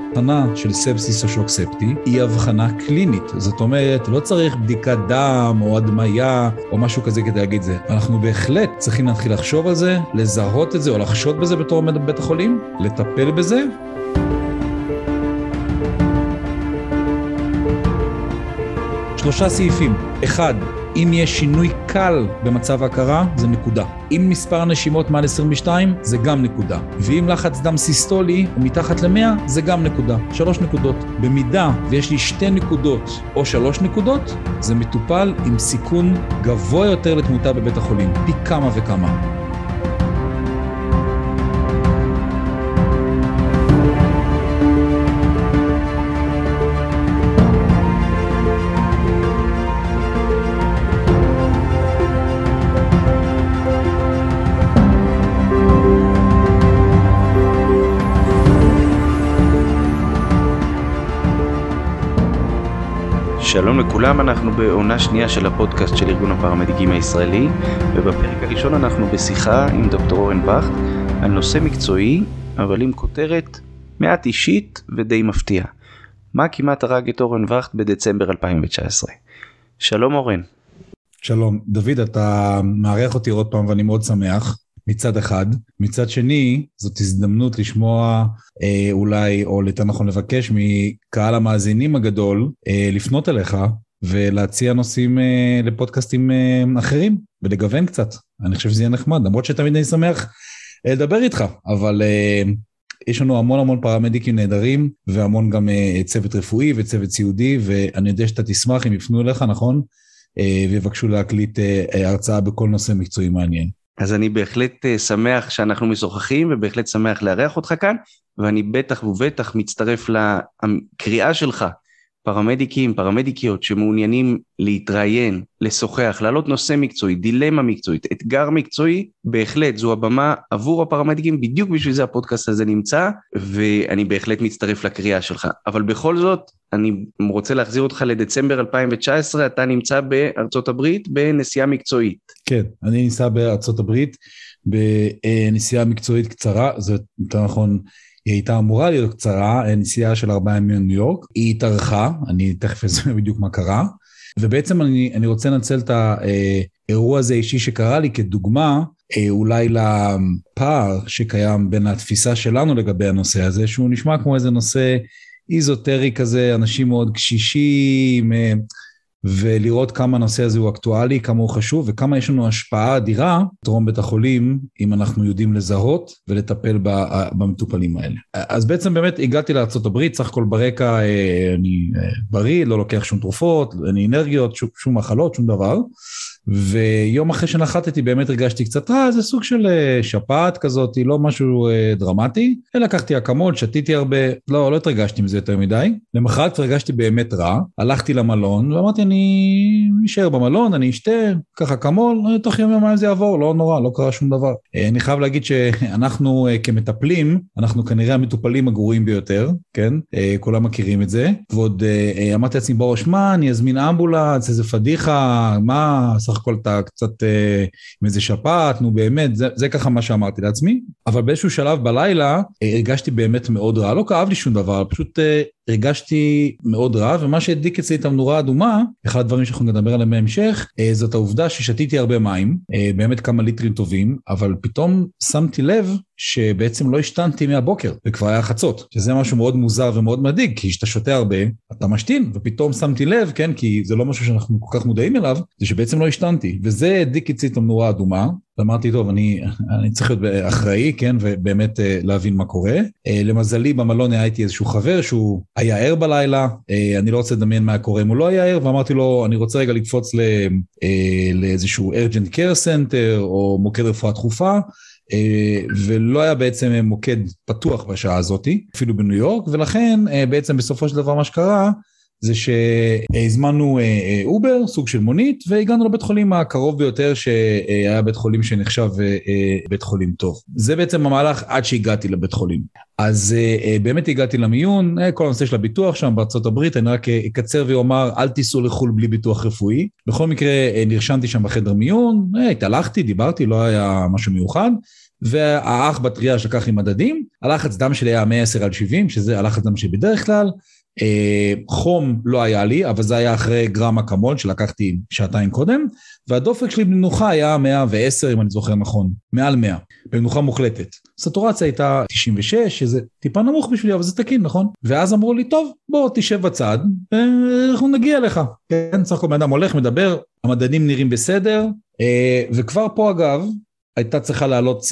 ההבחנה של ספסיס או שוק ספטי היא הבחנה קלינית. זאת אומרת, לא צריך בדיקת דם או הדמיה או משהו כזה כדי להגיד זה. אנחנו בהחלט צריכים להתחיל לחשוב על זה, לזהות את זה או לחשוד בזה בתור עומד בבית החולים, לטפל בזה. שלושה סעיפים. אחד, אם יש שינוי קל במצב ההכרה, זה נקודה. אם מספר הנשימות מעל 22, זה גם נקודה. ואם לחץ דם סיסטולי הוא מתחת ל-100, זה גם נקודה. 3 נקודות. במידה ויש לי 2 נקודות או 3 נקודות, זה מטופל עם סיכון גבוה יותר לתמותה בבית החולים. פי כמה וכמה. שלום לכולם, אנחנו בעונה שנייה של הפודקאסט של ארגון הפרמדיקים הישראלי, ובפרק הראשון אנחנו בשיחה עם דוקטור אורן וכט על נושא מקצועי, אבל עם כותרת מעט אישית ודי מפתיע. מה כמעט הרג את אורן וכט בדצמבר 2019? שלום אורן. שלום, דוד, אתה מארח אותי עוד פעם ואני מאוד שמח. מצד אחד, מצד שני, זאת הזדמנות לשמוע אולי, או יותר נכון לבקש מקהל המאזינים הגדול, לפנות אליך ולהציע נושאים לפודקאסטים אחרים, ולגוון קצת. אני חושב שזה יהיה נחמד, למרות שתמיד אני שמח לדבר איתך, אבל יש לנו המון פרמדיקים נהדרים, והמון גם צוות רפואי וצוות סיעודי, ואני יודע שאתה תשמח אם יפנו אליך, נכון? ויבקשו להקליט הרצאה בכל נושא מקצועי מעניין. אז אני בהחלט שמח שאנחנו משוחחים, ובהחלט שמח לארח אותך כאן, ואני בטח ובטח מצטרף לקריאה שלך, פרמדיקים, פרמדיקיות שמעוניינים להתראיין, לשוחח, להעלות נושא מקצועי, דילמה מקצועית, אתגר מקצועי, בהחלט זו הבמה עבור הפרמדיקים, בדיוק בשביל זה הפודקאסט הזה נמצא, ואני בהחלט מצטרף לקריאה שלך. אבל בכל זאת, אני רוצה להחזיר אותך לדצמבר 2019, אתה נמצא בארצות הברית בנסיעה מקצועית. כן, אני נמצא בארצות הברית בנסיעה מקצועית קצרה, זה יותר נכון, היא הייתה אמורה להיות קצרה, נסיעה של 4 ימים מניו יורק, היא התארכה, אני תכף אסביר בדיוק מה קרה, ובעצם אני רוצה לנצל את האירוע הזה אישי שקרה לי כדוגמה, אולי לפער שקיים בין התפיסה שלנו לגבי הנושא הזה, שהוא נשמע כמו איזה נושא איזוטרי כזה, אנשים מאוד קשישים, ולראות כמה הנושא הזה הוא אקטואלי, כמה הוא חשוב, וכמה יש לנו השפעה אדירה תרום בית החולים, אם אנחנו יודעים לזהות ולטפל במטופלים האלה. אז בעצם באמת הגעתי לארצות הברית, סך הכל ברקע אני בריא, לא לוקח שום תרופות, אין לי אנרגיות, שום מחלות, שום דבר, ויום אחרי שנחתתי באמת הרגשתי קצת רע, זה סוג של שפעת כזאת, לא משהו דרמטי, לקחתי אקמול, שתיתי הרבה, לא התרגשתי מזה יותר מדי, למחרת הרגשתי באמת רע, הלכתי למלון, ואמרתי אני אשאר במלון, אני אשתה, ככה אקמול, תוך יום זה יעבור, לא נורא, לא קרה שום דבר. אני חייב להגיד שאנחנו כמטפלים, אנחנו כנראה המטופלים הגרועים ביותר, כן? כולם מכירים את זה, ועוד אמרתי לעצמי בראש, מה, אני אזמין אמבולנס, איזה פדיחה, מה, סך הכל אתה קצת עם איזה שפעת, נו באמת, זה ככה מה שאמרתי לעצמי, אבל באיזשהו שלב בלילה הרגשתי באמת מאוד רע, לא כאב לי שום דבר, פשוט הרגשתי מאוד רע, ומה שהדליק אצלי את המנורה האדומה, אחד הדברים שאנחנו נדבר עליהם בהמשך, זאת העובדה ששתיתי הרבה מים, באמת כמה ליטרים טובים, אבל פתאום שמתי לב שבעצם לא השתנתי מהבוקר, וכבר היה חצות, שזה משהו מאוד מוזר ומאוד מדאיג, כי כשאתה שותה הרבה, אתה משתין, ופתאום שמתי לב, כן, כי זה לא משהו שאנחנו כל כך מודעים אליו, זה שבעצם לא השתנתי, וזה הדליק אצלי את המנורה האדומה, ואמרתי, טוב, אני צריך להיות אחראי, כן, ובאמת להבין מה קורה. למזלי, במלון הייתי איזשהו חבר שהוא היה ער בלילה, אני לא רוצה לדמיין מה קורה אם הוא לא היה ער, ואמרתי לו, אני רוצה רגע לקפוץ לאיזשהו urgent care center, או מוקד רפואה דחופה, ולא היה בעצם מוקד פתוח בשעה הזאת, אפילו בניו יורק, ולכן בעצם בסופו של דבר מה שקרה, זה שהזמנו אובר, סוג של מונית, והגענו לבית חולים הקרוב ביותר, שהיה בית חולים שנחשב בית חולים טוב. זה בעצם המהלך עד שהגעתי לבית חולים. אז באמת הגעתי למיון, כל הנושא של הביטוח שם בארצות הברית, אני רק אקצר ואומר, אל תיסעו לחול בלי ביטוח רפואי. בכל מקרה, נרשמתי שם בחדר מיון, התהלכתי, דיברתי, לא היה משהו מיוחד, והאח בטריאז' לקח לי מדדים, הלחץ דם שלי היה 110/70, שזה הלחץ דם שלי בדרך כלל, חום לא היה לי, אבל זה היה אחרי גרם אקמול שלקחתי שעתיים קודם, והדופק שלי במנוחה היה 110, אם אני זוכר נכון, מעל 100, במנוחה מוחלטת. סטורציה הייתה 96, שזה טיפה נמוך בשבילי, אבל זה תקין, נכון? ואז אמרו לי, טוב, בוא תשב בצד, ואנחנו נגיע לך. כן, סך הכל בן אדם הולך, מדבר, המדדים נראים בסדר, וכבר פה אגב, היה צריך לעלות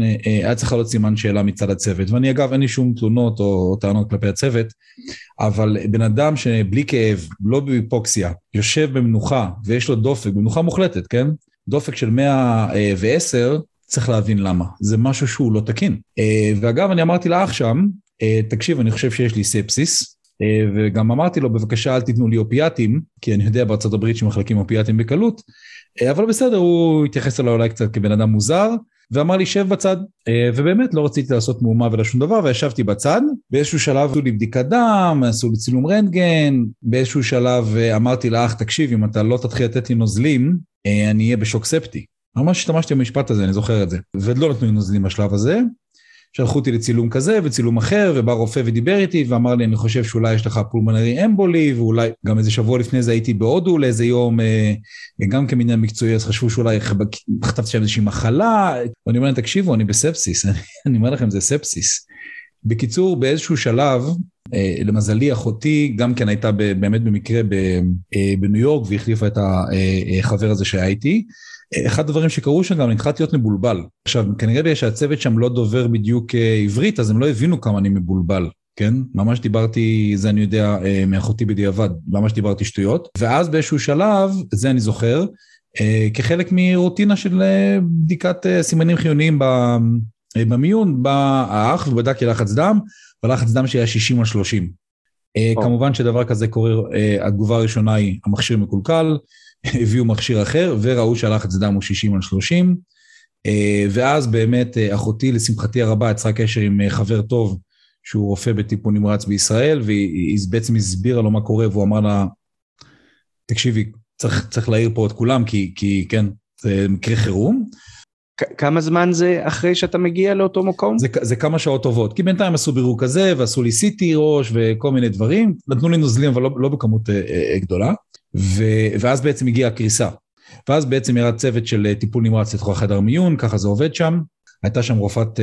סימן שאלה מצד הצוות, ואני אגב אין לי שום תלונות או טענות כלפי הצוות, אבל בן אדם שבלי כאב, לא בהיפוקסיה, יושב במנוחה ויש לו דופק, במנוחה מוחלטת, כן? דופק של 110, צריך להבין למה, זה משהו שהוא לא תקין. ואגב אני אמרתי לאח שם, תקשיב אני חושב שיש לי ספסיס, וגם אמרתי לו בבקשה אל תיתנו לי אופיאטים, כי אני יודע בארצות הברית שמחלקים אופיאטים בקלות, אבל בסדר, הוא התייחס אליי אולי קצת כבן אדם מוזר, ואמר לי שב בצד, ובאמת לא רציתי לעשות מהומה ולא שום דבר, וישבתי בצד, באיזשהו שלב עשו לי בדיקת דם, עשו לי צילום רנטגן, באיזשהו שלב אמרתי לאח, תקשיב, אם אתה לא תתחיל לתת לי נוזלים, אני אהיה בשוק ספטי. ממש השתמשתי במשפט הזה, אני זוכר את זה, ולא נתנו לי נוזלים בשלב הזה, שלחו אותי לצילום כזה וצילום אחר, ובא רופא ודיבר איתי, ואמר לי, אני חושב שאולי יש לך פולמונרי אמבולי, ואולי גם איזה שבוע לפני זה הייתי בהודו לאיזה יום, גם כמניין מקצועי, אז חשבו שאולי חטפתי שם איזושהי מחלה, ואני אומר להם, תקשיבו, אני בספסיס, אני אומר לכם, זה ספסיס. בקיצור, באיזשהו שלב, למזלי, אחותי גם כן הייתה באמת במקרה בניו יורק, והחליפה את החבר הזה שהיה איתי, אחד הדברים שקרו שם גם, התחלתי להיות מבולבל. עכשיו, כנראה שהצוות שם לא דובר בדיוק עברית, אז הם לא הבינו כמה אני מבולבל, כן? ממש דיברתי, זה אני יודע, מאחותי בדיעבד, ממש דיברתי שטויות. ואז באיזשהו שלב, זה אני זוכר, כחלק מרוטינה של בדיקת סימנים חיוניים במיון, בא האח ובדק לחץ דם, ולחץ דם שהיה 60/30. כמובן שדבר כזה קורה, התגובה הראשונה היא, המכשיר מקולקל, הביאו מכשיר אחר, וראו שהלחץ דם הוא 60/30, ואז באמת אחותי לשמחתי הרבה יצרה קשר עם חבר טוב, שהוא רופא בטיפול נמרץ בישראל, והיא בעצם הסבירה לו מה קורה, והוא אמר לה, תקשיבי, צריך להעיר פה את כולם, כי כן, זה מקרה חירום. כמה זמן זה אחרי שאתה מגיע לאותו מקום? זה כמה שעות טובות, כי בינתיים עשו בירור כזה, ועשו לי CT ראש וכל מיני דברים, נתנו לי נוזלים, אבל לא בכמות גדולה, ואז בעצם הגיעה הקריסה, ואז בעצם ירד צוות של טיפול נמרץ לתוך החדר מיון, ככה זה עובד שם, הייתה שם רופאת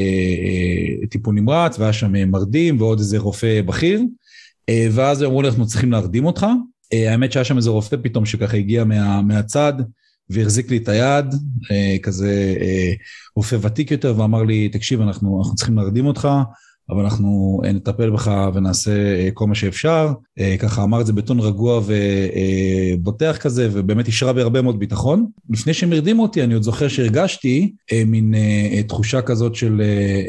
טיפול נמרץ, והיה שם מרדים, ועוד איזה רופא בכיר, ואז אמרו לי, אנחנו צריכים להרדים אותך, האמת שהיה שם איזה רופא פתאום, שככה הגיע מהצד, והחזיק לי את היד, כזה רופא ותיק יותר, ואמר לי, תקשיב, אנחנו צריכים להרדים אותך, אבל אנחנו נטפל בך ונעשה כל מה שאפשר, ככה אמר את זה בטון רגוע ובוטח כזה, ובאמת ישרה בהרבה מאוד ביטחון. לפני שהם הרדימו אותי, אני עוד זוכר שהרגשתי מין תחושה כזאת של,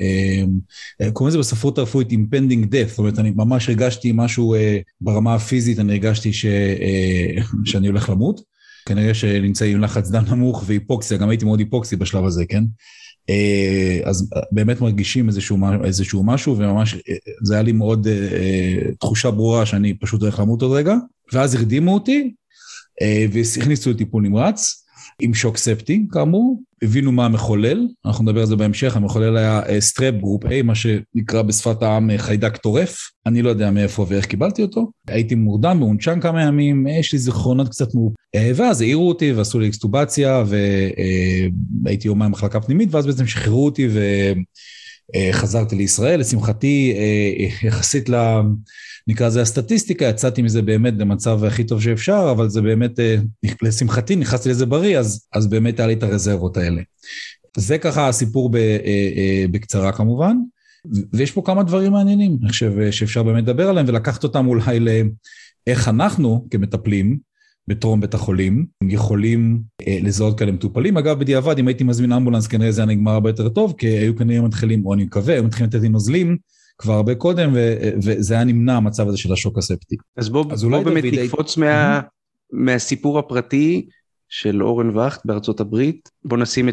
קוראים לזה בספרות הרפואית impending death, זאת אומרת, אני ממש הרגשתי משהו ברמה הפיזית, אני הרגשתי שאני הולך למות, כנראה שנמצא עם לחץ דם נמוך והיפוקסיה, גם הייתי מאוד היפוקסי בשלב הזה, כן? אז באמת מרגישים איזשהו משהו, וממש זה היה לי מאוד תחושה ברורה שאני פשוט הולך למות עוד רגע, ואז הרדימו אותי, והכניסו לטיפול נמרץ, עם שוק ספטי, כאמור, הבינו מה המחולל, אנחנו נדבר על זה בהמשך, המחולל היה סטרפ גרופ A, מה שנקרא בשפת העם חיידק טורף, אני לא יודע מאיפה ואיך קיבלתי אותו, הייתי מורדם, מאונצ'ן כמה ימים, יש לי זיכרונות קצת ואז העירו אותי ועשו לי אקסטובציה, והייתי יומיים מחלקה פנימית, ואז בעצם שחררו אותי וחזרתי לישראל, לשמחתי יחסית נקרא לזה הסטטיסטיקה, יצאתי מזה באמת במצב הכי טוב שאפשר, אבל זה באמת, לשמחתי, נכנסתי לזה בריא, אז באמת היה לי את הרזרבות האלה. זה ככה הסיפור בקצרה כמובן, ויש פה כמה דברים מעניינים, אני חושב שאפשר באמת לדבר עליהם, ולקחת אותם אולי לאיך אנחנו כמטפלים, בטרום בית החולים, יכולים לזהות כאלה מטופלים. אגב, בדיעבד, אם הייתי מזמין אמבולנס, כנראה זה היה נגמר הרבה יותר טוב, כי היו כנראה מתחילים, או אני מקווה, היו מתחילים לתת לי נוזלים, כבר הרבה קודם, וזה היה נמנע המצב הזה של השוק הספטי. אז בוא באמת נקפוץ מהסיפור הפרטי של אורן וכט בארצות הברית, בוא נשים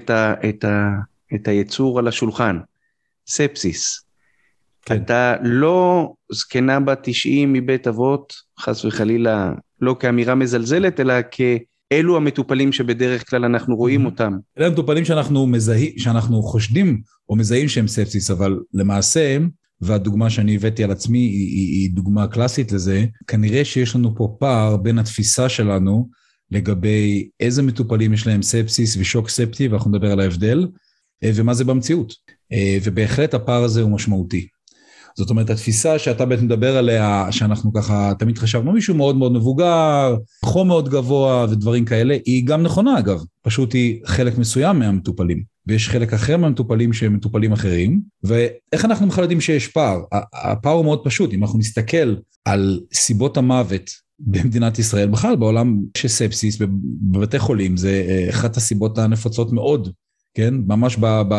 את היצור על השולחן, ספסיס. כן. אתה לא זקנה בת 90 מבית אבות, חס וחלילה, לא כאמירה מזלזלת, אלא אלו המטופלים שבדרך כלל אנחנו רואים אותם. אלה המטופלים שאנחנו חושדים או מזהים שהם ספסיס, אבל למעשה, והדוגמה שאני הבאתי על עצמי היא דוגמה קלאסית לזה, כנראה שיש לנו פה פער בין התפיסה שלנו לגבי איזה מטופלים יש להם ספסיס ושוק ספטי, ואנחנו נדבר על ההבדל, ומה זה במציאות. ובהחלט הפער הזה הוא משמעותי. זאת אומרת, התפיסה שאתה בעצם מדבר עליה, שאנחנו ככה תמיד חשבנו, מישהו מאוד מאוד מבוגר, חום מאוד גבוה ודברים כאלה, היא גם נכונה אגב, פשוט היא חלק מסוים מהמטופלים, ויש חלק אחר מהמטופלים שהם מטופלים אחרים, ואיך אנחנו בכלל יודעים שיש פער? הפער הוא מאוד פשוט, אם אנחנו נסתכל על סיבות המוות במדינת ישראל, בכלל בעולם שספסיס בבתי חולים, זה אחת הסיבות הנפוצות מאוד, כן? ממש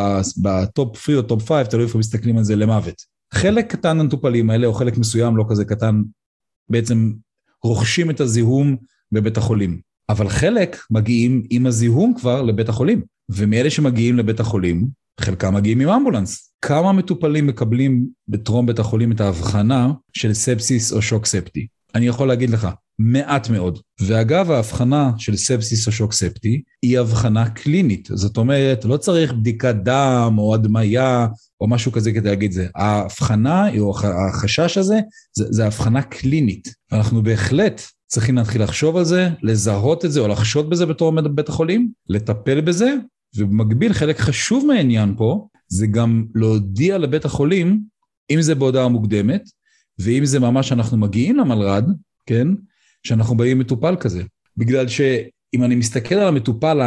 בטופ 3 או טופ 5, תלוי איפה מסתכלים על זה למוות. חלק קטן המטופלים האלה, או חלק מסוים, לא כזה קטן, בעצם רוכשים את הזיהום בבית החולים. אבל חלק מגיעים עם הזיהום כבר לבית החולים. ומאלה שמגיעים לבית החולים, חלקם מגיעים עם אמבולנס. כמה מטופלים מקבלים בטרום בית החולים את ההבחנה של ספסיס או שוק ספטי? אני יכול להגיד לך, מעט מאוד. ואגב, ההבחנה של ספסיס או שוק ספטי היא הבחנה קלינית. זאת אומרת, לא צריך בדיקת דם או הדמיה או משהו כזה כדי להגיד זה. ההבחנה או החשש הזה, זה הבחנה קלינית. אנחנו בהחלט צריכים להתחיל לחשוב על זה, לזהות את זה או לחשוד בזה בתור בית החולים, לטפל בזה, ובמקביל חלק חשוב מהעניין פה, זה גם להודיע לבית החולים, אם זה בהודעה מוקדמת, ואם זה ממש אנחנו מגיעים למלר"ד, כן, שאנחנו באים מטופל כזה. בגלל שאם אני מסתכל על המטופל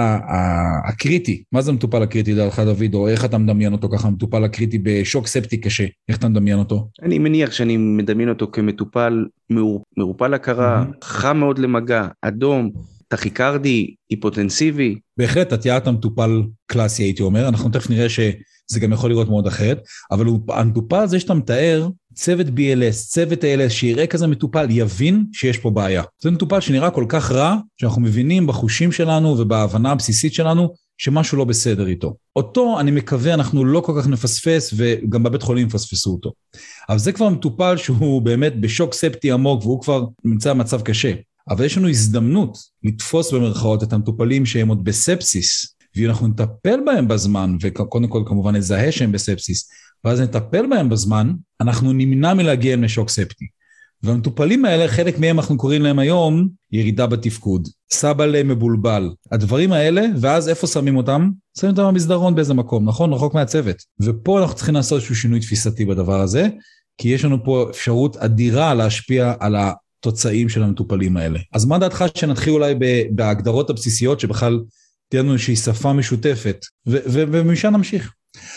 הקריטי, מה זה המטופל הקריטי דרך דוד, או איך אתה מדמיין אותו ככה, המטופל הקריטי בשוק ספטי קשה, איך אתה מדמיין אותו? אני מניח שאני מדמיין אותו כמטופל מעורפל הכרה, חם מאוד למגע, אדום, טכיקרדי, היפוטנסיבי. בהחלט, את תיארת המטופל קלאסי, הייתי אומר, אנחנו תכף נראה שזה גם יכול לראות מאוד אחרת, אבל המטופל הזה שאתה מתאר, צוות BLS, צוות ALS, שיראה כזה מטופל, יבין שיש פה בעיה. זה מטופל שנראה כל כך רע, שאנחנו מבינים בחושים שלנו ובהבנה הבסיסית שלנו, שמשהו לא בסדר איתו. אותו אני מקווה אנחנו לא כל כך נפספס, וגם בבית חולים נפספסו אותו. אבל זה כבר מטופל שהוא באמת בשוק ספטי עמוק, והוא כבר נמצא במצב קשה. אבל יש לנו הזדמנות לתפוס במרכאות את המטופלים שהם עוד בספסיס, ואנחנו נטפל בהם בזמן, וקודם כל כמובן נזהה שהם בספסיס, ואז נטפל בהם בזמן, אנחנו נמנע מלהגיע לשוק ספטי. והמטופלים האלה, חלק מהם אנחנו קוראים להם היום, ירידה בתפקוד, סבל מבולבל, הדברים האלה, ואז איפה שמים אותם? שמים אותם במסדרון באיזה מקום, נכון? רחוק מהצוות. ופה אנחנו צריכים לעשות איזשהו שינוי תפיסתי בדבר הזה, כי יש לנו פה אפשרות אדירה להשפיע על התוצאים של המטופלים האלה. אז מה דעתך שנתחיל אולי בהגדרות הבסיסיות, שבכלל תהיה לנו איזושהי שפה משותפת, ומשם נמשיך.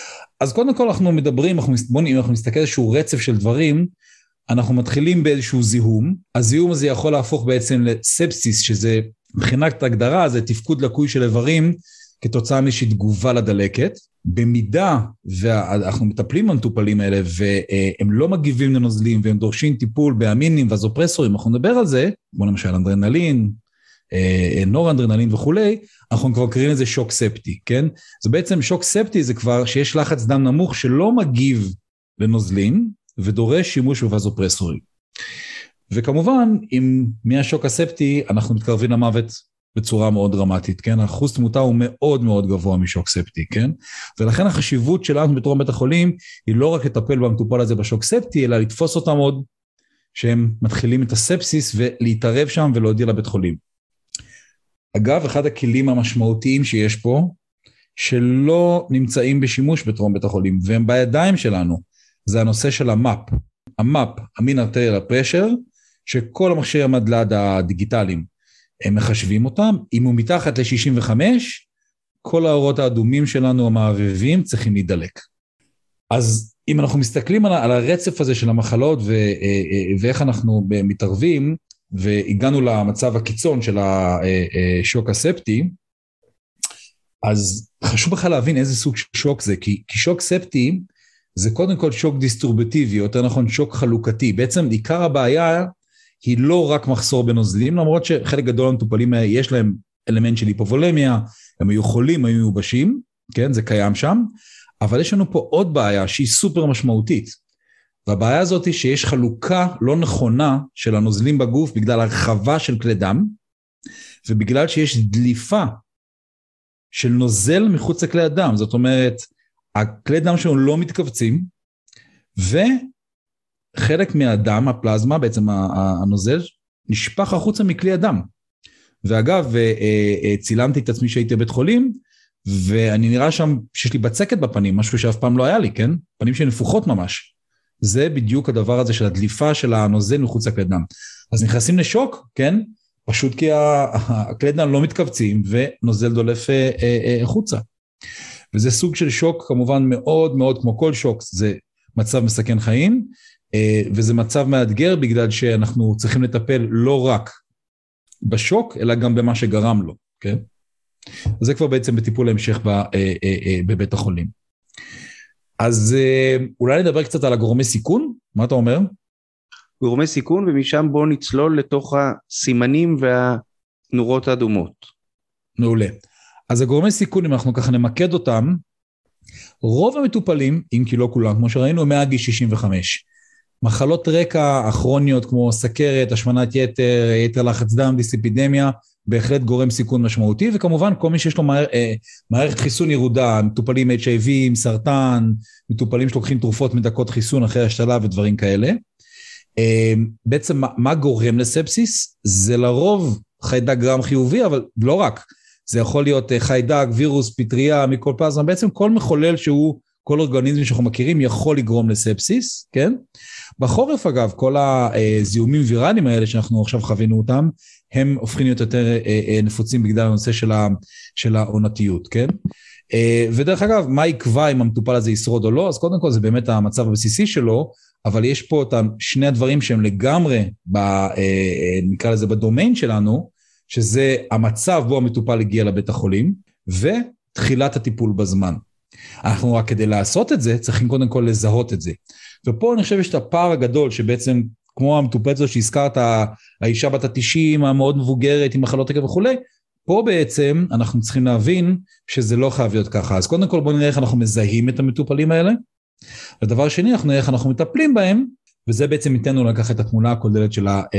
אז קודם כל אנחנו מדברים, אם אנחנו נסתכל איזשהו רצף של דברים, אנחנו מתחילים באיזשהו זיהום, הזיהום הזה יכול להפוך בעצם לספסיס, שזה מבחינת הגדרה, זה תפקוד לקוי של איברים, כתוצאה מאיזושהי תגובה לדלקת, במידה ואנחנו מטפלים במטופלים האלה, והם לא מגיבים לנוזלים, והם דורשים טיפול באמינים וזופרסורים, אנחנו נדבר על זה, כמו למשל אנדרנלין, נוראדרנלין וכולי, אנחנו כבר קוראים לזה שוק ספטי, כן? זה בעצם שוק ספטי, זה כבר שיש לחץ דם נמוך שלא מגיב לנוזלים, ודורש שימוש בווזופרסורים. וכמובן, מהשוק הספטי, אנחנו מתקרבים למוות בצורה מאוד דרמטית, כן? האחוז תמותה הוא מאוד מאוד גבוה משוק ספטי, כן? ולכן החשיבות שלנו בתור בית החולים, היא לא רק לטפל במטופל הזה בשוק ספטי, אלא לתפוס אותם עוד, שהם מתחילים את הספסיס, ולהתערב שם ולהודיע לבית חולים. אגב, אחד הכלים המשמעותיים שיש פה, שלא נמצאים בשימוש בטרום בית החולים, והם בידיים שלנו, זה הנושא של המאפ. המאפ, המין ארטריאל הפרשר, שכל המכשירי המדלד הדיגיטליים, הם מחשבים אותם, אם הוא מתחת ל-65, כל האורות האדומים שלנו המערבבים צריכים להידלק. אז אם אנחנו מסתכלים על הרצף הזה של המחלות, ואיך אנחנו מתערבים, והגענו למצב הקיצון של השוק הספטי, אז חשוב בכלל להבין איזה סוג של שוק זה, כי שוק ספטי זה קודם כל שוק דיסטריבוטיבי, יותר נכון שוק חלוקתי. בעצם עיקר הבעיה היא לא רק מחסור בנוזלים, למרות שחלק גדול המטופלים יש להם אלמנט של היפובולמיה, הם היו חולים, היו מיובשים, כן, זה קיים שם, אבל יש לנו פה עוד בעיה שהיא סופר משמעותית, והבעיה הזאת היא שיש חלוקה לא נכונה של הנוזלים בגוף בגלל הרחבה של כלי דם, ובגלל שיש דליפה של נוזל מחוץ לכלי הדם, זאת אומרת, הכלי דם שלנו לא מתכווצים, וחלק מהדם, הפלזמה, בעצם הנוזל, נשפך החוצה מכלי הדם. ואגב, צילמתי את עצמי שהייתי בבית חולים, ואני נראה שם שיש לי בצקת בפנים, משהו שאף פעם לא היה לי, כן? פנים שנפוחות ממש. זה בדיוק הדבר הזה של הדליפה של הנוזל מחוץ לכלי דם. אז נכנסים לשוק, כן? פשוט כי הכלי דם לא מתכווצים, ונוזל דולף החוצה. וזה סוג של שוק כמובן מאוד מאוד, כמו כל שוק, זה מצב מסכן חיים, וזה מצב מאתגר בגלל שאנחנו צריכים לטפל לא רק בשוק, אלא גם במה שגרם לו, כן? אז זה כבר בעצם בטיפול ההמשך בבית החולים. אז אולי נדבר קצת על הגורמי סיכון, מה אתה אומר? גורמי סיכון, ומשם בואו נצלול לתוך הסימנים והנורות האדומות. מעולה. אז הגורמי סיכון, אם אנחנו ככה נמקד אותם, רוב המטופלים, אם כי לא כולם, כמו שראינו, מהגיל 65. מחלות רקע הכרוניות כמו סכרת, השמנת יתר, יתר לחץ דם, דיסליפידמיה, בהחלט גורם סיכון משמעותי, וכמובן כל מי שיש לו מערכת חיסון ירודה, מטופלים HIV, סרטן, מטופלים שלוקחים תרופות מדכאות חיסון אחרי השתלה ודברים כאלה. בעצם מה גורם לספסיס? זה לרוב חיידק גרם חיובי, אבל לא רק. זה יכול להיות חיידק, וירוס, פטריה, מיקופלזמה, בעצם כל מחולל שהוא, כל אורגניזם שאנחנו מכירים יכול לגרום לספסיס, כן? בחורף אגב, כל הזיהומים ויראליים האלה שאנחנו עכשיו חווינו אותם, הם הופכים להיות יותר נפוצים בגלל הנושא של העונתיות, כן? ודרך אגב, מה יקבע אם המטופל הזה ישרוד או לא? אז קודם כל זה באמת המצב הבסיסי שלו, אבל יש פה אותם שני הדברים שהם לגמרי, נקרא לזה בדומיין שלנו, שזה המצב בו המטופל הגיע לבית החולים, ותחילת הטיפול בזמן. אנחנו רק כדי לעשות את זה, צריכים קודם כל לזהות את זה. ופה אני חושב יש את הפער הגדול, שבעצם כמו המטופלת הזו שהזכרת, האישה בת ה-90, המאוד מבוגרת, עם מחלות רקע וכו', פה בעצם אנחנו צריכים להבין שזה לא חייב להיות ככה. אז קודם כל בואו נראה איך אנחנו מזהים את המטופלים האלה, ודבר שני, אנחנו נראה איך אנחנו מטפלים בהם, וזה בעצם ייתן לנו לקחת את התמונה הכוללת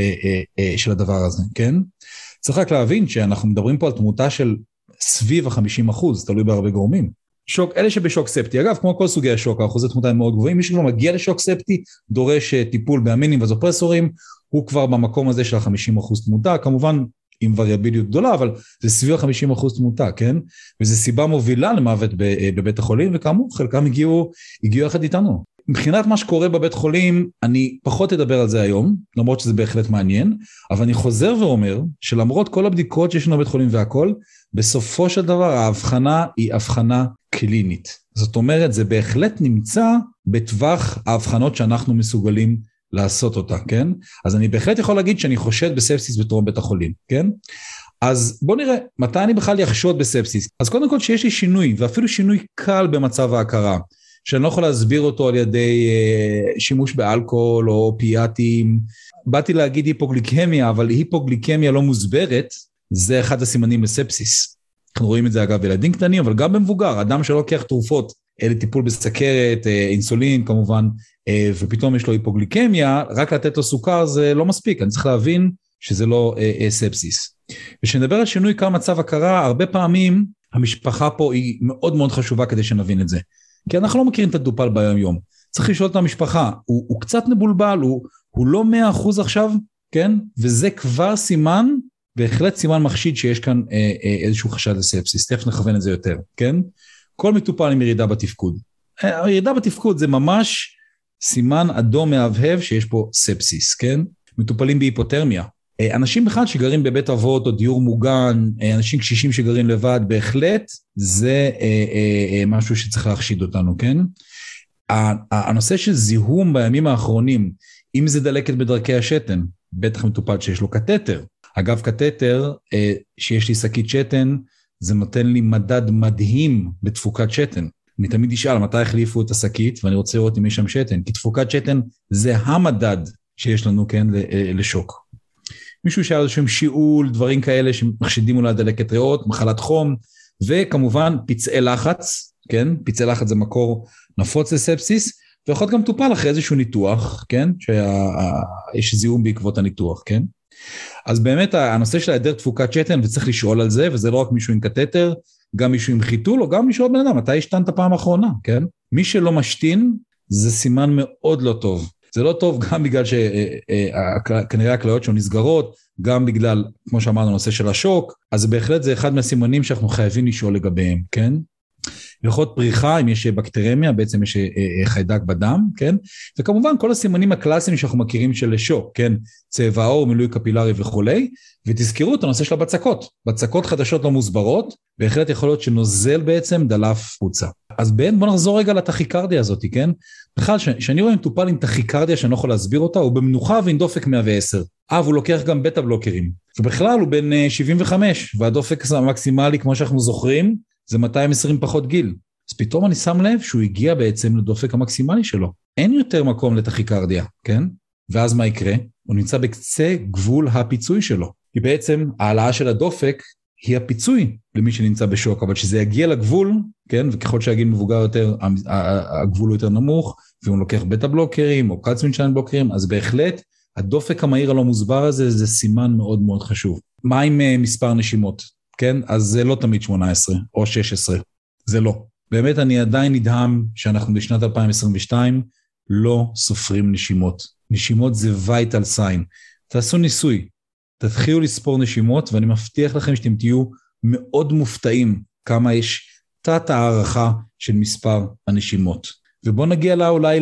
של הדבר הזה, כן? צריך רק להבין שאנחנו מדברים פה על תמותה של סביב ה-50%, תלוי בהרבה גורמים. שוק, אלה שבשוק ספטי, אגב, כמו כל סוגי השוק, האחוזי תמותה הם מאוד גבוהים, מי שכבר מגיע לשוק ספטי, דורש טיפול באמינים וזופרסורים, הוא כבר במקום הזה של ה-50% תמותה, כמובן עם וריאביליות גדולה, אבל זה סביב ה-50% תמותה, כן? וזו סיבה מובילה למוות בבית החולים, וכאמור, חלקם הגיעו יחד איתנו. מבחינת מה שקורה בבית חולים, אני פחות אדבר על זה היום, למרות שזה בהחלט מעניין, אבל אני חוזר ואומר, שלמרות כל הבדיקות שיש לנו בבית חולים והכל, בסופו של דבר ההבחנה היא הבחנה קלינית. זאת אומרת, זה בהחלט נמצא בטווח ההבחנות שאנחנו מסוגלים לעשות אותה, כן? אז אני בהחלט יכול להגיד שאני חושד בספסיס בטרום בית החולים, כן? אז בוא נראה, מתי אני בכלל יחשוד בספסיס? אז קודם כל שיש לי שינוי, ואפילו שינוי קל במצב ההכרה, שאני לא יכול להסביר אותו על ידי שימוש באלכוהול או אופיאטים. באתי להגיד היפוגליקמיה, אבל היפוגליקמיה לא מוסברת, זה אחד הסימנים לספסיס. אנחנו רואים את זה אגב בילדים קטנים, אבל גם במבוגר, אדם שלא לוקח תרופות לטיפול בסכרת, אינסולין כמובן, ופתאום יש לו היפוגליקמיה, רק לתת לו סוכר זה לא מספיק, אני צריך להבין שזה לא ספסיס. ושנדבר על שינוי כמה מצב הכרה, הרבה פעמים המשפחה פה היא מאוד מאוד חשובה כדי שנבין את זה. כי אנחנו לא מכירים את הטופל ביום יום. צריך לשאול את המשפחה, הוא קצת מבולבל, הוא לא 100% עכשיו, כן? וזה כבר סימן, בהחלט סימן מחשיד שיש כאן איזשהו חשד לספסיס, תכף נכוון את זה יותר, כן? כל מטופל עם ירידה בתפקוד. הירידה בתפקוד זה ממש סימן אדום מהבהב שיש פה ספסיס, כן? מטופלים בהיפותרמיה. אנשים בכלל שגרים בבית אבות או דיור מוגן, אנשים קשישים שגרים לבד, בהחלט זה משהו שצריך להחשיד אותנו, כן? הנושא של זיהום בימים האחרונים, אם זה דלקת בדרכי השתן, בטח מטופל שיש לו קטטר. אגב, קטטר, שיש לי שקית שתן, זה נותן לי מדד מדהים בתפוקת שתן. אני תמיד אשאל מתי החליפו את השקית, ואני רוצה לראות אם יש שם שתן, כי תפוקת שתן זה המדד שיש לנו, כן, לשוק. מישהו שאל שם שיעול, דברים כאלה שמחשידים אולי דלקת ריאות, מחלת חום, וכמובן פצעי לחץ, כן? פצעי לחץ זה מקור נפוץ לספסיס, ויכול גם טופל אחרי איזשהו ניתוח, כן? שיש זיהום בעקבות הניתוח, כן? אז באמת הנושא של היעדר תפוקת שתן, וצריך לשאול על זה, וזה לא רק מישהו עם קטטר, גם מישהו עם חיתול, או גם מישהו עוד בן אדם, מתי השתנת פעם האחרונה, כן? מי שלא משתין, זה סימן מאוד לא טוב. זה לא טוב גם בגלל שכנראה הכליות שלו נסגרות, גם בגלל, כמו שאמרנו, הנושא של השוק, אז בהחלט זה אחד מהסימנים שאנחנו חייבים לשאול לגביהם, כן? יכול להיות פריחה, אם יש בקטרמיה, בעצם יש חיידק בדם, כן? וכמובן כל הסימנים הקלאסיים שאנחנו מכירים של שוק, כן? צבע העור, מילוי קפילרי וכולי, ותזכרו את הנושא של הבצקות. בצקות חדשות לא מוסברות, בהחלט יכול להיות שנוזל בעצם דלף חוצה. אז בואו נחזור רגע לטכיקרדיה הזאת, כן? בכלל, שאני רואה מטופל עם טכיקרדיה שאני לא יכול להסביר אותה, הוא במנוחה ועם דופק 110. והוא לוקח גם בטא בלוקרים. ובכלל הוא בין 75, והדופק המקסימלי, כמו שאנחנו זוכרים, זה 220 פחות גיל. אז פתאום אני שם לב שהוא הגיע בעצם לדופק המקסימלי שלו. אין יותר מקום לטכיקרדיה, כן? ואז מה יקרה? הוא נמצא בקצה גבול הפיצוי שלו. כי בעצם העלאה של הדופק היא הפיצוי למי שנמצא בשוק, אבל שזה יגיע לגבול, כן? וככל שהגיל מבוגר יותר, הגבול הוא יותר נמוך, והוא לוקח בטא בלוקרים או קלציום צ'אנל בלוקרים, אז בהחלט הדופק המהיר הלא מוסבר הזה, זה סימן מאוד מאוד חשוב. מה עם מספר נשימות? כן? אז זה לא תמיד 18 או 16. זה לא. באמת אני עדיין נדהם שאנחנו בשנת 2022 לא סופרים נשימות. נשימות זה vital sign. תעשו ניסוי. תתחילו לספור נשימות, ואני מבטיח לכם שאתם תהיו מאוד מופתעים כמה יש תת הערכה של מספר הנשימות. ובואו נגיע אולי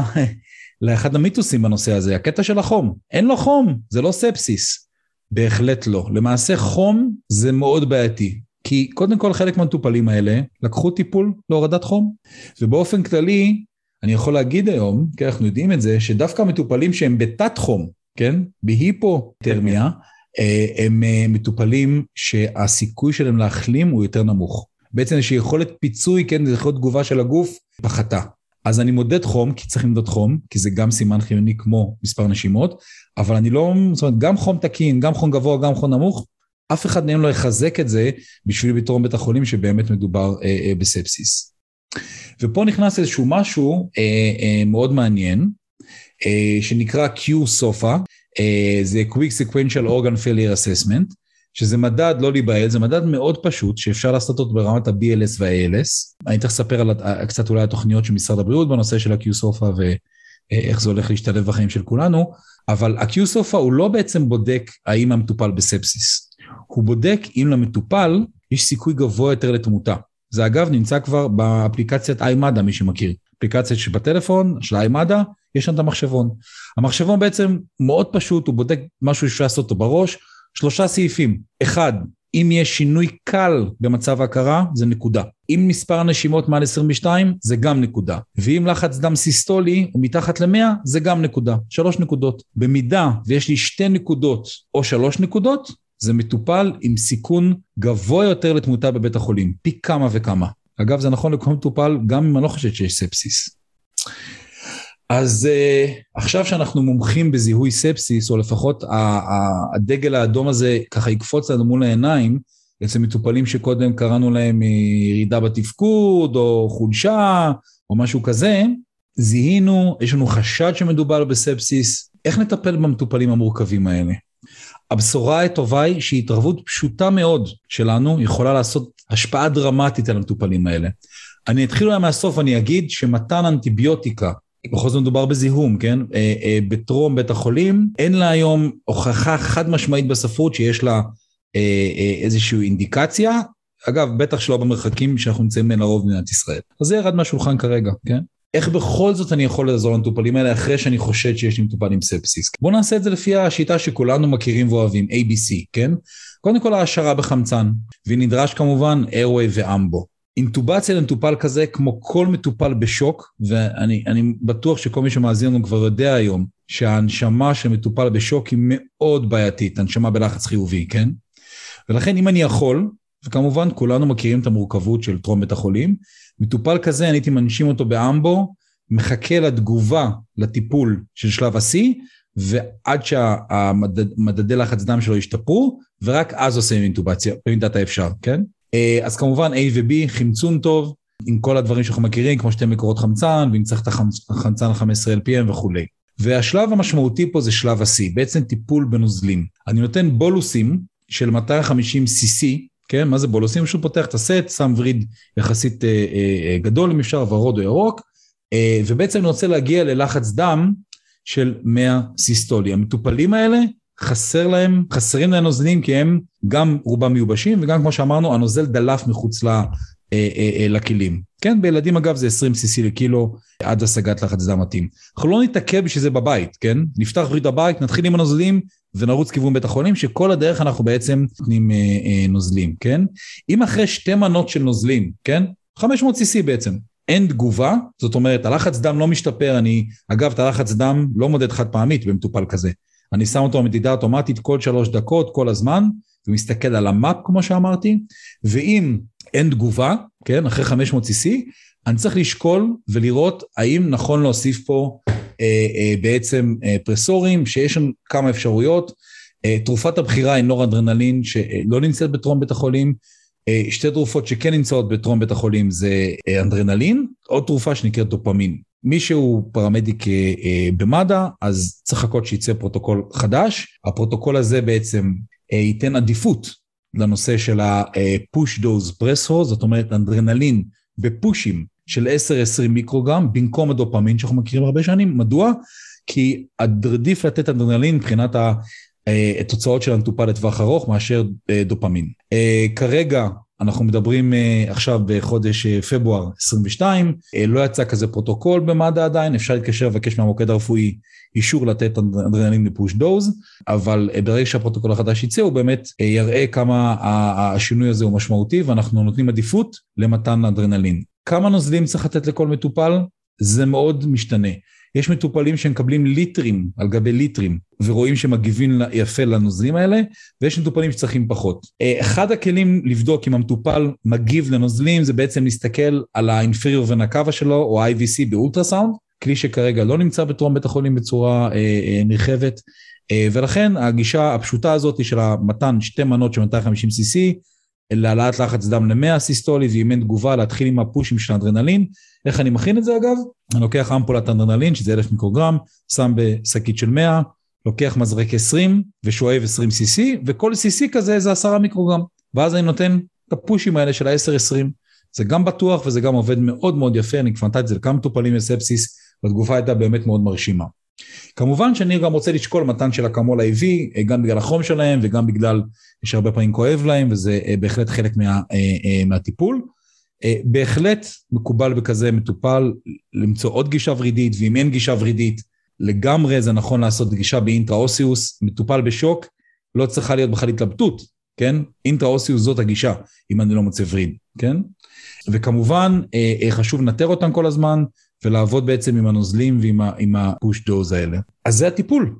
לאחד המיתוסים בנושא הזה, הקטע של החום. אין לו חום, זה לא ספסיס. בהחלט לא. למעשה חום זה מאוד בעייתי, כי קודם כל חלק מהמטופלים האלה לקחו טיפול להורדת חום, ובאופן כללי אני יכול להגיד היום, כי אנחנו יודעים את זה, שדווקא המטופלים שהם בתת חום, כן? בהיפותרמיה, הם מטופלים שהסיכוי שלהם להחלים הוא יותר נמוך. בעצם יש יכולת פיצוי, כן, זה יכולת תגובה של הגוף, פחתה. אז אני מודד חום, כי צריך למדוד חום, כי זה גם סימן חיוני כמו מספר נשימות, אבל אני לא, זאת אומרת, גם חום תקין, גם חום גבוה, גם חום נמוך, אף אחד מהם לא יחזק את זה, בשביל בתור בית החולים שבאמת מדובר בספסיס. ופה נכנס איזשהו משהו מאוד מעניין, שנקרא Q-SOFA, זה Quick Sequential Organ Failure Assessment, שזה מדד, לא להיבהל, זה מדד מאוד פשוט, שאפשר לעשות אותו ברמת ה-BLS וה-ALS. אני צריך לספר על קצת אולי התוכניות של משרד הבריאות, בנושא של ה-Q-SOFA, ואיך זה הולך להשתלב בחיים של כולנו, אבל ה-Q-SOFA הוא לא בעצם בודק האם המטופל בספסיס, הוא בודק אם למטופל יש סיכוי גבוה יותר לתמותה. זה אגב נמצא כבר באפליקציית iMada, מי שמכיר. אפליקציה שבטלפון, של iMada, יש שם את המחשבון. המחשבון בעצם מאוד פשוט, הוא בודק משהו שאפשר לעשות אותו בראש, 3 סעיפים. 1, אם יש שינוי קל במצב ההכרה, זה נקודה. אם מספר נשימות מעל 22, זה גם נקודה. ואם לחץ דם סיסטולי הוא מתחת ל-100, זה גם נקודה. 3 נקודות. במידה ויש לי 2 נקודות או 3 נקודות, זה מטופל עם סיכון גבוה יותר לתמותה בבית החולים. פי כמה וכמה. אגב, זה נכון לכל מטופל, גם אם אני לא חושב שיש ספסיס. אז עכשיו שאנחנו מומחים בזיהוי ספסיס, או לפחות הדגל האדום הזה ככה יקפוץ לנו מול העיניים, אצל מטופלים שקודם קראנו להם ירידה בתפקוד, או חולשה, או משהו כזה, זיהינו, יש לנו חשד שמדובר בספסיס, איך נטפל במטופלים המורכבים האלה? הבשורה הטובה היא שהתערבות פשוטה מאוד שלנו יכולה לעשות השפעה דרמטית על המטופלים האלה. אני אתחיל אולי מהסוף, אני אגיד שמתן אנטיביוטיקה, בכל זאת מדובר בזיהום, כן? בטרום בית החולים, אין לה היום הוכחה חד משמעית בספרות שיש לה איזושהי אינדיקציה, אגב, בטח שלא במרחקים שאנחנו נמצאים בין הרוב במדינת ישראל. אז זה ירד מהשולחן כרגע, כן? איך בכל זאת אני יכול לעזור למטופלים האלה אחרי שאני חושד שיש לי מטופל עם ספסיס? בואו נעשה את זה לפי השיטה שכולנו מכירים ואוהבים, ABC, כן? קודם כל ההשערה בחמצן, ונדרש כמובן Airway ואמבו. אינטובציה למטופל כזה, כמו כל מטופל בשוק, ואני בטוח שכל מי שמאזין לנו כבר יודע היום, שההנשמה של מטופל בשוק היא מאוד בעייתית, הנשמה בלחץ חיובי, כן? ולכן אם אני יכול, וכמובן כולנו מכירים את המורכבות של טרום בית החולים, מטופל כזה אני הייתי מנשים אותו באמבו, מחכה לתגובה לטיפול של שלב ה-C, ועד שהמדדי לחץ דם שלו ישתפרו, ורק אז עושים אינטובציה, במידת האפשר, כן? אז כמובן A ו-B, חמצון טוב, עם כל הדברים שאנחנו מכירים, כמו שתי מקורות חמצן, ואם צריך את החמצן 15 LPM וכו'. והשלב המשמעותי פה זה שלב ה-C, בעצם טיפול בנוזלים. אני נותן בולוסים של 250 cc, כן? מה זה בולוסים? פשוט פותח את הסט, שם וריד יחסית גדול, אם אפשר, ורוד או ירוק, ובעצם אני רוצה להגיע ללחץ דם של 100 סיסטולי. המטופלים האלה חסרים להם נוזלים, כי הם גם רובם מיובשים, וגם כמו שאמרנו, הנוזל דלף מחוץ לכלים. כן? בילדים אגב זה 20 cc לקילו עד השגת לחץ דם מתאים. אנחנו לא נתעכב בשביל זה בבית, כן? נפתח וריד הבית, נתחיל עם הנוזלים, ונרוץ כיוון בית החולים, שכל הדרך אנחנו בעצם נותנים נוזלים, כן? אם אחרי 2 מנות של נוזלים, כן? 500 cc בעצם, אין תגובה, זאת אומרת, הלחץ דם לא משתפר, אגב, את הלחץ דם לא מודד חד פעמית במטופל כזה, אני שם אותו במדידה אוטומטית כל 3 דקות, כל הזמן, ומסתכל על המאפ, כמו שאמרתי, ואם אין תגובה, כן? אחרי 500 cc, אני צריך לשקול ולראות האם נכון להוסיף פה בעצם פרסורים, שיש שם כמה אפשרויות, תרופת הבחירה היא נוראדרנלין, שלא נמצאת בטרום בית החולים, 2 תרופות שכן נמצאות בטרום בית החולים זה אנדרנלין, עוד תרופה שנקראת דופמין. מי שהוא פרמדיק במד"א, אז צריך לחכות שיצא פרוטוקול חדש, הפרוטוקול הזה בעצם ייתן עדיפות לנושא של ה-push dose pressor, זאת אומרת אנדרנלין בפושים, של 10-20 מיקרוגרם, במקום הדופמין שאנחנו מכירים הרבה שנים. מדוע? כי עדיף לתת אדרנלין מבחינת התוצאות של המטופל לטווח ארוך, מאשר דופמין. כרגע אנחנו מדברים עכשיו בחודש פברואר 22, לא יצא כזה פרוטוקול במד"א עדיין, אפשר להתקשר לבקש מהמוקד הרפואי אישור לתת אדרנלין לפוש דוז, אבל ברגע שהפרוטוקול החדש יצא, הוא באמת יראה כמה השינוי הזה הוא משמעותי, ואנחנו נותנים עדיפות למתן אדרנלין. כמה נוזלים צריך לתת לכל מטופל? זה מאוד משתנה. יש מטופלים שמקבלים ליטרים על גבי ליטרים, ורואים שמגיבים יפה לנוזלים האלה, ויש מטופלים שצריכים פחות. אחד הכלים לבדוק אם המטופל מגיב לנוזלים, זה בעצם להסתכל על האינפריור ונקבה שלו, או IVC באולטרסאונד, כלי שכרגע לא נמצא בטרום בית החולים בצורה נרחבת, ולכן הגישה הפשוטה הזאת של המתן 2 מנות של 250 cc, להעלאת לחץ דם ל-100 סיסטולי, ואם אין תגובה, להתחיל עם הפושים של האדרנלין. איך אני מכין את זה אגב? אני לוקח אמפולת אדרנלין, שזה 1000 מיקרוגרם, שם בשקית של 100, לוקח מזרק 20, ושואב 20 cc, וכל cc כזה זה 10 מיקרוגרם, ואז אני נותן את הפושים האלה של ה-10-20, זה גם בטוח, וזה גם עובד מאוד מאוד יפה, אני כבר נתתי את זה לכמה מטופלים בספסיס, והתגובה הייתה באמת מאוד מרשימה. כמובן שאני גם רוצה לשקול מתן של אקמול IV, גם בגלל החום שלהם, וגם בגלל שהרבה פעמים כואב להם, וזה בהחלט חלק מהטיפול. בהחלט מקובל בכזה מטופל למצוא עוד גישה ורידית, ואם אין גישה ורידית, לגמרי זה נכון לעשות גישה באינטראוסיוס, מטופל בשוק, לא צריכה להיות בכלל התלבטות, כן? אינטראוסיוס זאת הגישה, אם אני לא מוצא וריד, כן? וכמובן, חשוב לנטר אותם כל הזמן, ולעבוד בעצם עם הנוזלים ועם הפוש דוז האלה. אז זה הטיפול.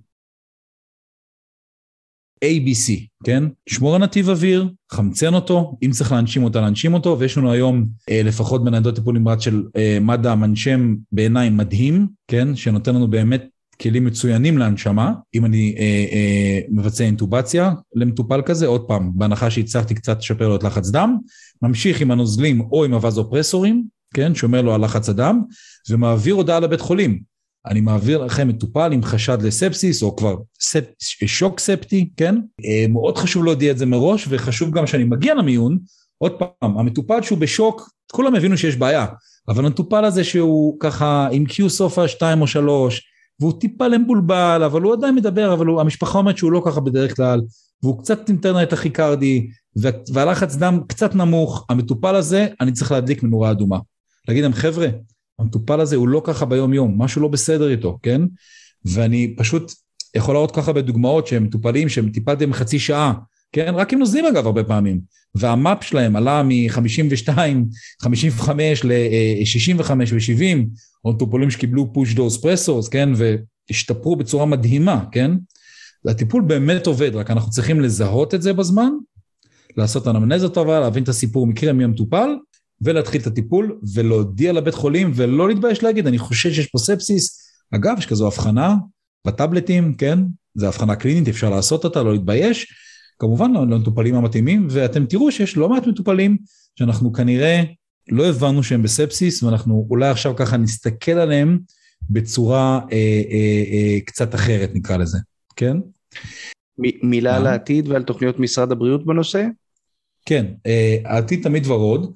ABC, כן? שמור הנתיב אוויר, חמצן אותו, אם צריך להנשים אותה, להנשים אותו, ויש לנו היום לפחות בניידות טיפול נמרץ של מד"א מנשם בעיניים מדהים, כן? שנותן לנו באמת כלים מצוינים להנשמה, אם אני מבצע אינטובציה למטופל כזה, עוד פעם, בהנחה שהצלחתי קצת לשפר לו את לחץ דם, ממשיך עם הנוזלים או עם הווזופרסורים, כן? שומר לו על לחץ הדם, ומעביר הודעה לבית חולים. אני מעביר לכם מטופל עם חשד לספסיס, או כבר שוק ספטי, כן? מאוד חשוב להודיע את זה מראש, וחשוב גם שאני מגיע למיון, עוד פעם, המטופל שהוא בשוק, כולם הבינו שיש בעיה, אבל המטופל הזה שהוא ככה עם קיו סופה 2 או 3, והוא טיפה למבולבל, אבל הוא עדיין מדבר, אבל המשפחה אומרת שהוא לא ככה בדרך כלל, והוא קצת אינטרנט טכיקרדי, והלחץ דם קצת נמוך, המטופל הזה, אני צריך להדליק מנורה אדומה. להגיד להם, חבר'ה, המטופל הזה הוא לא ככה ביום יום, משהו לא בסדר איתו, כן? ואני פשוט יכול לראות ככה בדוגמאות שהם מטופלים, שהם טיפלתם חצי שעה, כן? רק עם נוזלים אגב הרבה פעמים, והמאפ שלהם עלה מ-52, 55 ל-65 ו-70, או מטופלים שקיבלו פוש דוז פרסורס, כן? והשתפרו בצורה מדהימה, כן? הטיפול באמת עובד, רק אנחנו צריכים לזהות את זה בזמן, לעשות אנמנזה טובה, להבין את הסיפור מקרה מי המטופל, ולהתחיל את הטיפול, ולהודיע לבית חולים, ולא להתבייש להגיד, אני חושב שיש פה ספסיס, אגב, יש כזו הבחנה, בטאבלטים, כן, זה הבחנה קלינית, אפשר לעשות אותה, לא להתבייש, כמובן לא מטופלים המתאימים, ואתם תראו שיש לא מעט מטופלים, שאנחנו כנראה לא הבנו שהם בספסיס, ואנחנו אולי עכשיו ככה נסתכל עליהם, בצורה קצת אחרת, נקרא לזה, כן? מילה על העתיד ועל תוכניות משרד הבריאות בנושא? כן, העתיד תמיד ורוד.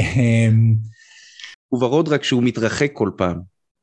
הוא ורוד רק שהוא מתרחק כל פעם.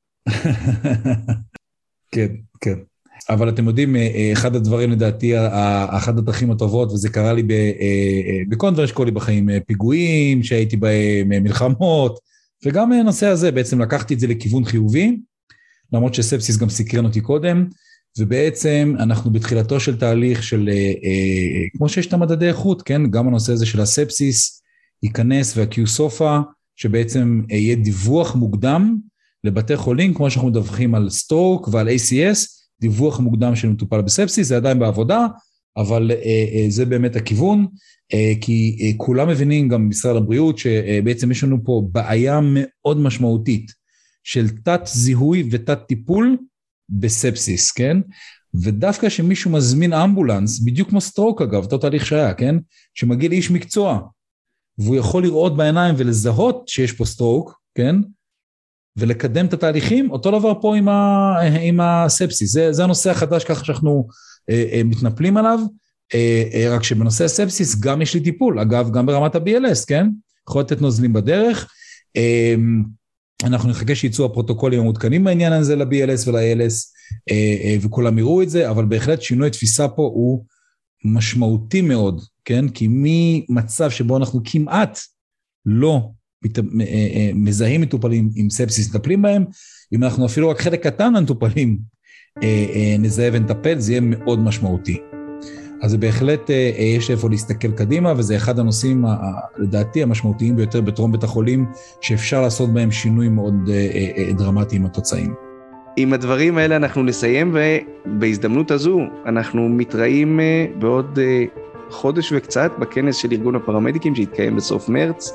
כן, כן. אבל אתם יודעים, אחד הדברים לדעתי, אחת הדרכים הטובות, וזה קרה לי בכל דברים שקורה לי בחיים, פיגועים, שהייתי בהם, מלחמות, וגם הנושא הזה, בעצם לקחתי את זה לכיוון חיובי, למרות שספסיס גם סקרן אותי קודם, ובעצם אנחנו בתחילתו של תהליך של, כמו שיש את המדדי איכות, כן? גם הנושא הזה של הספסיס ייכנס והקיוסופה, שבעצם יהיה דיווח מוקדם לבתי חולים, כמו שאנחנו מדווחים על סטרוק ועל ACS, דיווח מוקדם של מטופל בספסיס, זה עדיין בעבודה, אבל זה באמת הכיוון, כי כולם מבינים גם במשרד הבריאות, שבעצם יש לנו פה בעיה מאוד משמעותית, של תת זיהוי ותת טיפול בספסיס, כן? ודווקא שמישהו מזמין אמבולנס, בדיוק כמו סטרוק אגב, אותו תהליך שהיה, כן? שמגיע לאיש מקצוע, והוא יכול לראות בעיניים ולזהות שיש פה סטרוק, כן? ולקדם את התהליכים, אותו דבר פה עם הספסיס, זה הנושא החדש ככה שאנחנו מתנפלים עליו, רק שבנושא הספסיס גם יש לי טיפול, אגב גם ברמת ה-BLS, כן? יכול לתת נוזלים בדרך, אנחנו נחכה שיצאו הפרוטוקולים המותקנים בעניין הזה ל-BLS ול-ALS, וכולם יראו את זה, אבל בהחלט שינוי תפיסה פה הוא משמעותי מאוד, כן? כי ממצב שבו אנחנו כמעט לא מזהים מטופלים עם ספסיס, נטפלים בהם, אם אנחנו אפילו רק חלק קטן מהמטופלים נזהה ונטפל, זה יהיה מאוד משמעותי. אז זה בהחלט יש איפה להסתכל קדימה, וזה אחד הנושאים לדעתי המשמעותיים ביותר בטרום בית החולים, שאפשר לעשות בהם שינוי מאוד דרמטי עם התוצאים. עם הדברים האלה אנחנו נסיים, ובהזדמנות הזו אנחנו מתראים בעוד חודש וקצת בכנס של ארגון הפרמדיקים שהתקיים בסוף מרץ,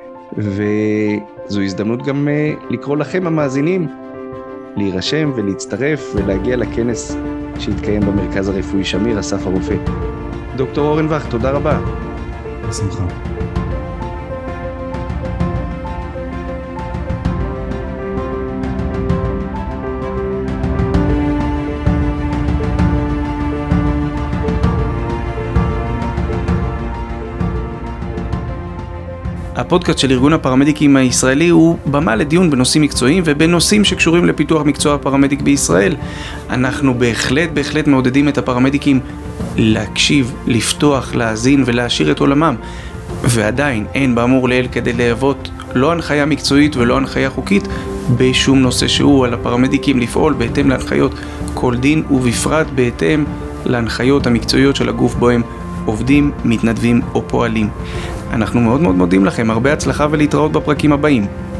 וזו הזדמנות גם לקרוא לכם המאזינים, להירשם ולהצטרף ולהגיע לכנס שהתקיים במרכז הרפואי שמיר, אסף הרופא. דוקטור אורנבך, תודה רבה. בשמחה. הפודקאסט של ארגון הפרמדיקים הישראלי הוא במה לדיון בנושאים מקצועיים ובנושאים שקשורים לפיתוח מקצוע הפרמדיק בישראל. אנחנו בהחלט מעודדים את הפרמדיקים להקשיב, לפתוח, להאזין ולהשאיר את עולמם. ועדיין אין באמור לעיל כדי להוות לא הנחיה מקצועית ולא הנחיה חוקית בשום נושא שהוא. על הפרמדיקים לפעול בהתאם להנחיות כל דין, ובפרט בהתאם להנחיות המקצועיות של הגוף בו הם עובדים, מתנדבים או פועלים. אנחנו מאוד מודים לכם, הרבה הצלחה ולהתראות בפרקים הבאים.